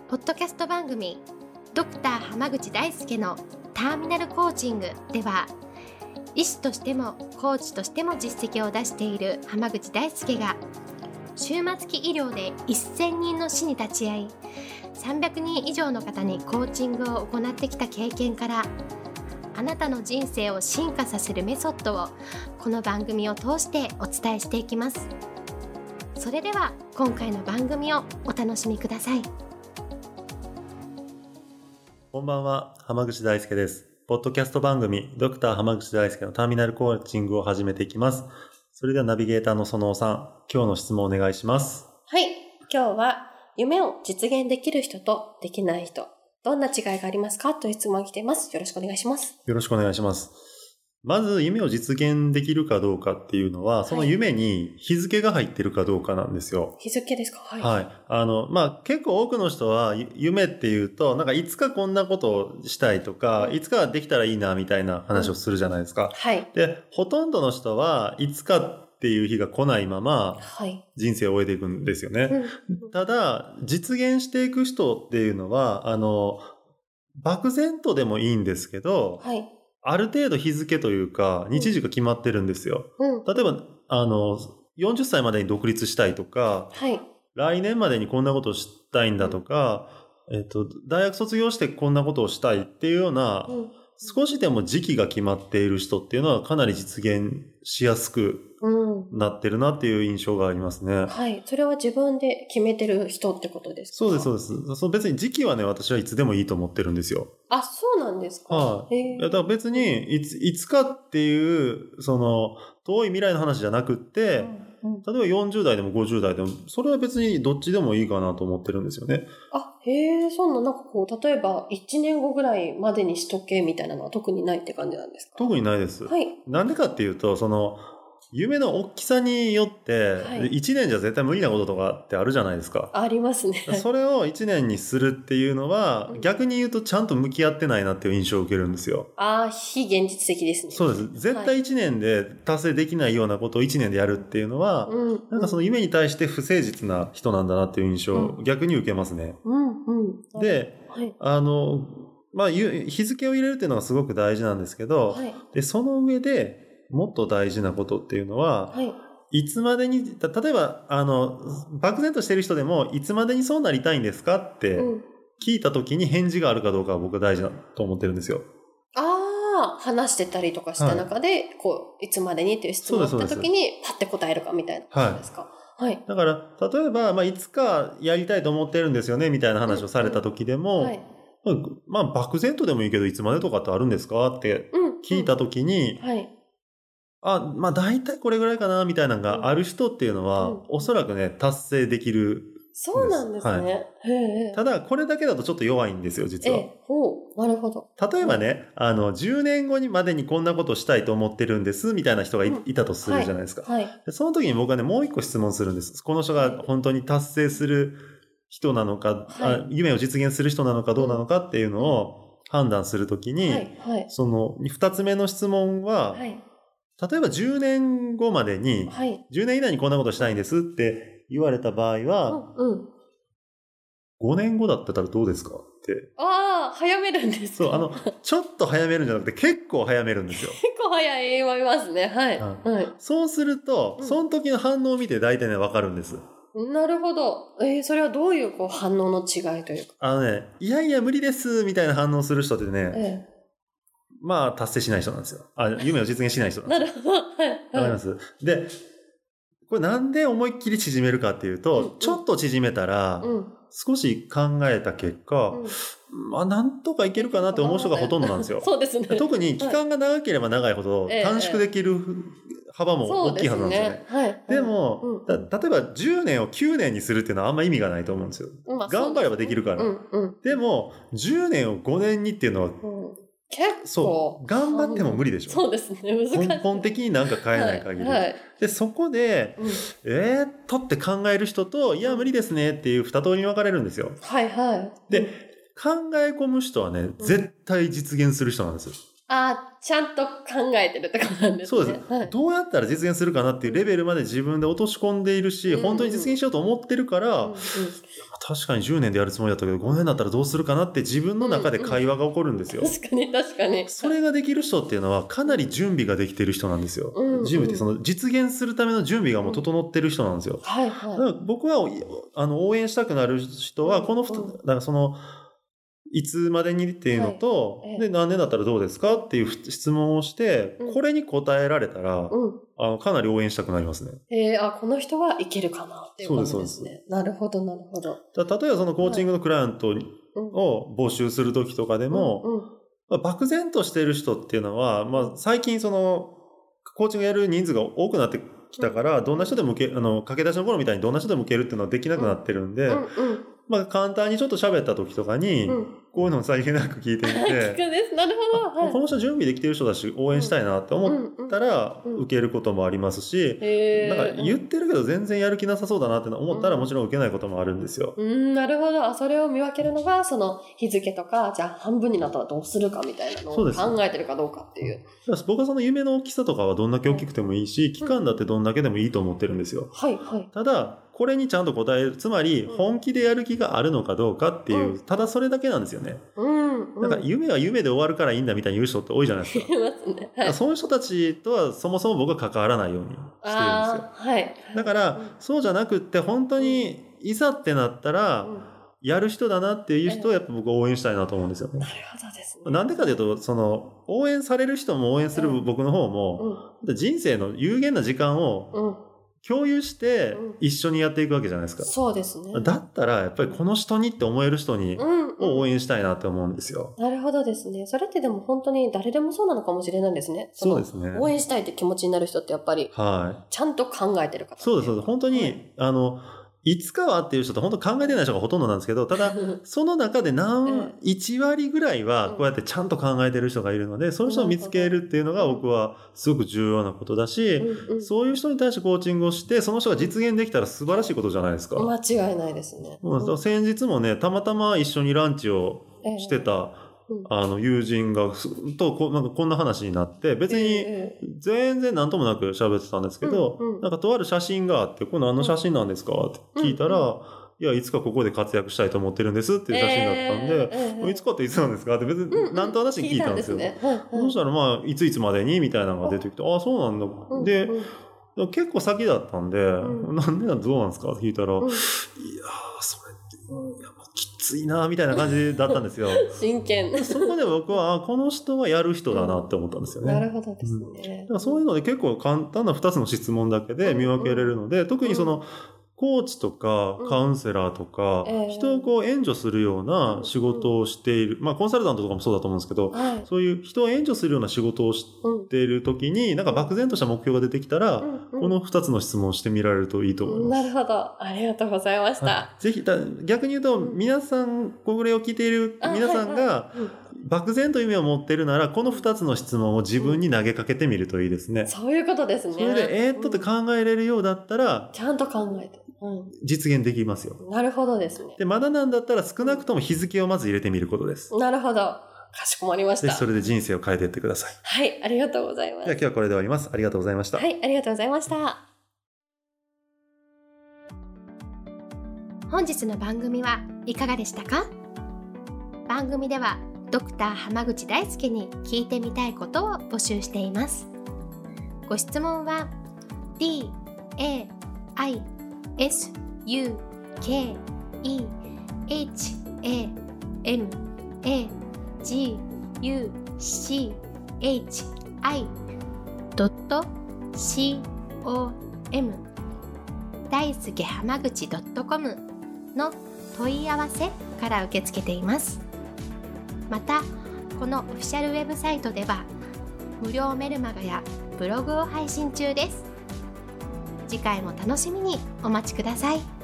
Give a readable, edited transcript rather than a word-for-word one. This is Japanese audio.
ポッドキャスト番組ドクター濱口大輔のターミナルコーチングでは、医師としてもコーチとしても実績を出している濱口大輔が終末期医療で1000人の死に立ち会い、300人以上の方にコーチングを行ってきた経験から、あなたの人生を進化させるメソッドをこの番組を通してお伝えしていきます。それでは今回の番組をお楽しみください。 こんばんは、濱口大輔です。ポッドキャスト番組ドクター濱口大輔のターミナルコーチングを始めていきます。それではナビゲーターの園尾さん、今日の質問をお願いします。 はい、今日は夢を実現できる人とできない人、どんな違いがありますかという質問が来ています。よろしくお願いします。 よろしくお願いします。まず夢を実現できるかどうかっていうのは、その夢に日付が入ってるかどうかなんですよ。 日付ですか？はい。 はい。結構多くの人は夢っていうと、いつかこんなことをしたいとか、いつかできたらいいなみたいな話をするじゃないですか。 はい。 で、ほとんどの人はいつかっていう日が来ないまま、人生を終えていくんですよね。ただ、実現していく人っていうのは、漠然とでもいいんですけど、ある程度日付というか、日時が決まってるんですよ。例えば、40歳までに独立したいとか、来年までにこんなことをしたいんだとか、大学卒業してこんなことをしたいっていうような、少しでも時期が決まっている人っていうのはかなり実現しやすくなってるなっていう印象がありますね。 はい。それは自分で決めてる人ってことですか？ そうです、そうです。別に時期はね、私はいつでもいいと思ってるんですよ。 あ、そうなんですか？ はい。だから別にいつかっていう、遠い未来の話じゃなくって、例えば40代でも50代でも、それは別にどっちでもいいかなと思ってるんですよね。 あ、へえ、そんな、例えば1年後ぐらいまでにしとけみたいなのは特にないって感じなんですか？ 特にないです。 はい。 なんでかっていうと、夢の大きさによって、1年じゃ絶対無理なこととかってあるじゃないですか。 ありますね。 それを1年にするっていうのは、逆に言うとちゃんと向き合ってないなっていう印象を受けるんですよ。 非現実的ですね。 そうです。絶対1年で達成できないようなことを1年でやるっていうのは、その夢に対して不誠実な人なんだなっていう印象を逆に受けますね。で、日付を入れるっていうのがすごく大事なんですけど、で、その上でもっと大事なことっていうのは、いつまでに、例えば、漠然としてる人でも、いつまでにそうなりたいんですかって聞いた時に返事があるかどうかは僕は大事だと思ってるんですよ。 話してたりとかした中で、いつまでにっていう質問をした時に、パッて答えるかみたいなことですか？はい。 だから、例えば、いつかやりたいと思ってるんですよね、みたいな話をされた時でも、漠然とでもいいけど、いつまでとかってあるんですかって聞いた時に、大体これぐらいかな、みたいなのがある人っていうのは、おそらくね、達成できる。 そうなんですね。 ただ、これだけだとちょっと弱いんですよ、実は。 なるほど。 例えばね、10年後にまでにこんなことしたいと思ってるんです、みたいな人がいたとするじゃないですか。その時に僕はね、もう一個質問するんです。この人が本当に達成する人なのか、夢を実現する人なのかどうなのかっていうのを判断するときに、その二つ目の質問は、例えば10年後までに、10年以内にこんなことしたいんですって言われた場合は、5年後だったらどうですかって。 早めるんですか？ そう、ちょっと早めるんじゃなくて結構早めるんですよ。 結構早い言いますね。 そうすると、その時の反応を見て大体ね、わかるんです。 なるほど。それはどういう反応の違いというか。 いやいや無理ですみたいな反応する人ってね、達成しない人なんですよ。夢を実現しない人なんですよ。 なるほど。わかります。で、これなんで思いっきり縮めるかっていうと、ちょっと縮めたら、少し考えた結果、なんとかいけるかなって思う人がほとんどなんですよ。 そうですね。 特に期間が長ければ長いほど短縮できる幅も大きいはずなんですよね。でも、例えば10年を9年にするっていうのはあんま意味がないと思うんですよ。頑張ればできるから。でも、10年を5年にっていうのは、 結構。 頑張っても無理でしょ。 そうですね。難しい。 根本的になんか変えない限り。で、そこで、って考える人と、いや、無理ですねっていう二通りに分かれるんですよ。で、考え込む人はね、絶対実現する人なんですよ。 ちゃんと考えてるってことなんですね。 そうです、はい。どうやったら実現するかなっていうレベルまで自分で落とし込んでいるし、本当に実現しようと思ってるから、確かに10年でやるつもりだったけど、5年だったらどうするかなって自分の中で会話が起こるんですよ。 確かに確かに。 それができる人っていうのはかなり準備ができてる人なんですよ。準備ってその実現するための準備がもう整ってる人なんですよ。 はいはい。 だから僕は応援したくなる人は、このだからその、いつまでにっていうのと、で、何年だったらどうですかっていう質問をして、これに答えられたら、かなり応援したくなりますね。 この人はいけるかなっていう感じですね。なるほど、なるほど。 例えばそのコーチングのクライアントを募集するときとかでも、漠然としている人っていうのは、最近その、コーチングやる人数が多くなってきたから、どんな人でも駆け出しの頃みたいにどんな人でも受けるっていうのはできなくなってるんで、簡単にちょっと喋った時とかに、こういうのをさりげなく聞いてみて、 聞くです。なるほど。 この人準備できてる人だし、応援したいなって思ったら、受けることもありますし、なんか言ってるけど全然やる気なさそうだなって思ったら、もちろん受けないこともあるんですよ。 なるほど。それを見分けるのが、その日付とか、じゃあ半分になったらどうするかみたいなのを考えてるかどうかっていう。 僕はその夢の大きさとかはどんだけ大きくてもいいし、期間だってどんだけでもいいと思ってるんですよ。ただ、これにちゃんと答える。つまり、本気でやる気があるのかどうかっていう、ただそれだけなんですよね。だから夢は夢で終わるからいいんだみたいに言う人って多いじゃないですか。いますね。そういう人たちとはそもそも僕は関わらないようにしてるんですよ。だから、そうじゃなくって、本当にいざってなったら、やる人だなっていう人をやっぱ僕は応援したいなと思うんですよね。 なるほどですね。 なんでかというと、その、応援される人も応援する僕の方も、人生の有限な時間を、共有して一緒にやっていくわけじゃないですか。 そうですね。 だったらやっぱりこの人にって思える人にを応援したいなって思うんですよ。 なるほどですね。それってでも本当に誰でもそうなのかもしれないですね。 そうですね。 応援したいって気持ちになる人ってやっぱり、ちゃんと考えてる方。 そうです。本当に、いつかはっていう人と本当考えてない人がほとんどなんですけど、ただ、その中で1割ぐらいはこうやってちゃんと考えてる人がいるので、そういう人を見つけるっていうのが僕はすごく重要なことだし、そういう人に対してコーチングをして、その人が実現できたら素晴らしいことじゃないですか。 間違いないですね。 先日もね、たまたま一緒にランチをしてた、友人が、なんかこんな話になって、別に全然何ともなく喋ってたんですけど、なんかとある写真があって、これ何の写真なんですかって聞いたら、いや、いつかここで活躍したいと思ってるんですっていう写真だったんで、いつかっていつなんですかって別に何と話に聞いたんですよ。そしたらいついつまでにみたいなのが出てきて、そうなんだ。で、結構先だったんで、なんでどうなんですかって聞いたら、いやー、それって、きついなみたいな感じだったんですよ。 真剣。 そこで僕は、この人はやる人だなって思ったんですよね。 なるほどですね。 だからそういうので結構簡単な2つの質問だけで見分けれるので、特にその、コーチとかカウンセラーとか、人をこう援助するような仕事をしている、コンサルタントとかもそうだと思うんですけど、そういう人を援助するような仕事をしているときに、なんか漠然とした目標が出てきたら、この2つの質問をしてみられるといいと思います。 なるほど。ありがとうございました。 ぜひ、逆に言うと、皆さん、これを聞いている皆さんが、漠然と夢を持っているなら、この2つの質問を自分に投げかけてみるといいですね。 そういうことですね。 それで、って考えれるようだったら、 ちゃんと考えて。 実現できますよ。 なるほどですね。 で、まだなんだったら少なくとも日付をまず入れてみることです。 なるほど。かしこまりました。 で、それで人生を変えていってください。 はい、ありがとうございます。 じゃあ今日はこれで終わります。ありがとうございました。 はい、ありがとうございました。本日の番組はいかがでしたか？番組ではドクター濱口大輔に聞いてみたいことを募集しています。ご質問は DAISUKEHAMAGUCHI.com 大輔濱口 .com の問い合わせから受け付けています。また、このオフィシャルウェブサイトでは無料メルマガやブログを配信中です。次回も楽しみにお待ちください。